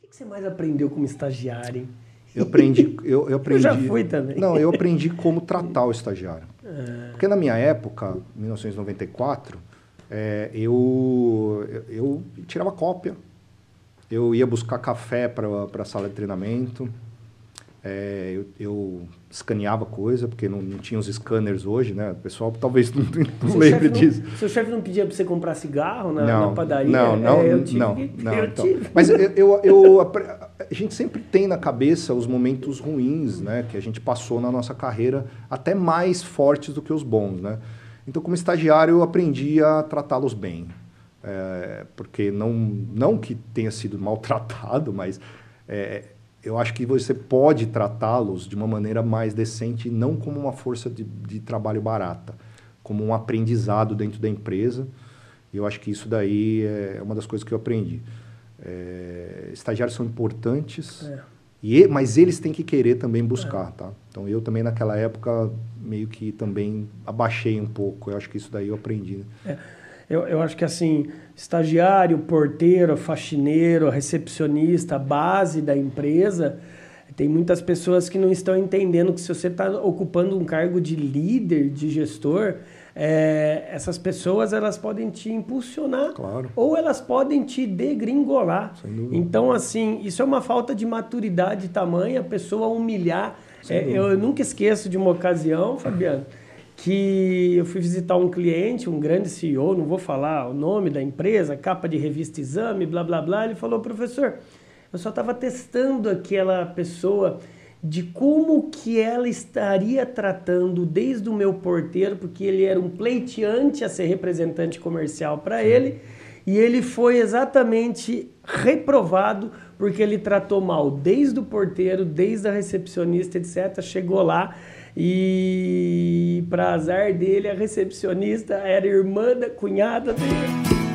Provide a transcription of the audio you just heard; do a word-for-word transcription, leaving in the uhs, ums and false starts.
que você mais aprendeu como estagiário, hein? Eu aprendi, eu, eu aprendi... Eu já fui também. Não, eu aprendi como tratar o estagiário. Ah. Porque na minha época, em mil novecentos e noventa e quatro, é, eu, eu, eu tirava cópia, eu ia buscar café para a sala de treinamento, é, eu, eu escaneava coisa, porque não, não tinha os scanners hoje, né? O pessoal talvez não, não lembre disso. Não, seu chefe não pedia para você comprar cigarro na, não, na padaria? Não, não, é, eu tive não. Que, não eu então. tive. Mas eu, eu, eu, a gente sempre tem na cabeça os momentos ruins, né? Que a gente passou na nossa carreira, até mais fortes do que os bons, né? Então, como estagiário, eu aprendi a tratá-los bem. É, porque não, não que tenha sido maltratado, mas... É, eu acho que você pode tratá-los de uma maneira mais decente, não como uma força de, de trabalho barata, como um aprendizado dentro da empresa. E eu acho que isso daí é uma das coisas que eu aprendi. É, estagiários são importantes, é. e, mas eles têm que querer também buscar. É. Tá? Então, eu também, naquela época, meio que também abaixei um pouco. Eu acho que isso daí eu aprendi. Né? É. Eu, eu acho que assim, estagiário, porteiro, faxineiro, recepcionista, a base da empresa, tem muitas pessoas que não estão entendendo que se você está ocupando um cargo de líder, de gestor, é, essas pessoas elas podem te impulsionar, claro. Ou elas podem te degringolar. Então, assim, isso é uma falta de maturidade tamanha, a pessoa humilhar. É, eu nunca esqueço de uma ocasião, Fabiano, que eu fui visitar um cliente, um grande C E O, não vou falar o nome da empresa, capa de revista Exame, blá, blá, blá. Ele falou, professor, eu só estava testando aquela pessoa de como que ela estaria tratando desde o meu porteiro, porque ele era um pleiteante a ser representante comercial para ele, e ele foi exatamente reprovado porque ele tratou mal desde o porteiro, desde a recepcionista, etcétera. Chegou lá, e para azar dele, a recepcionista era irmã da cunhada dele.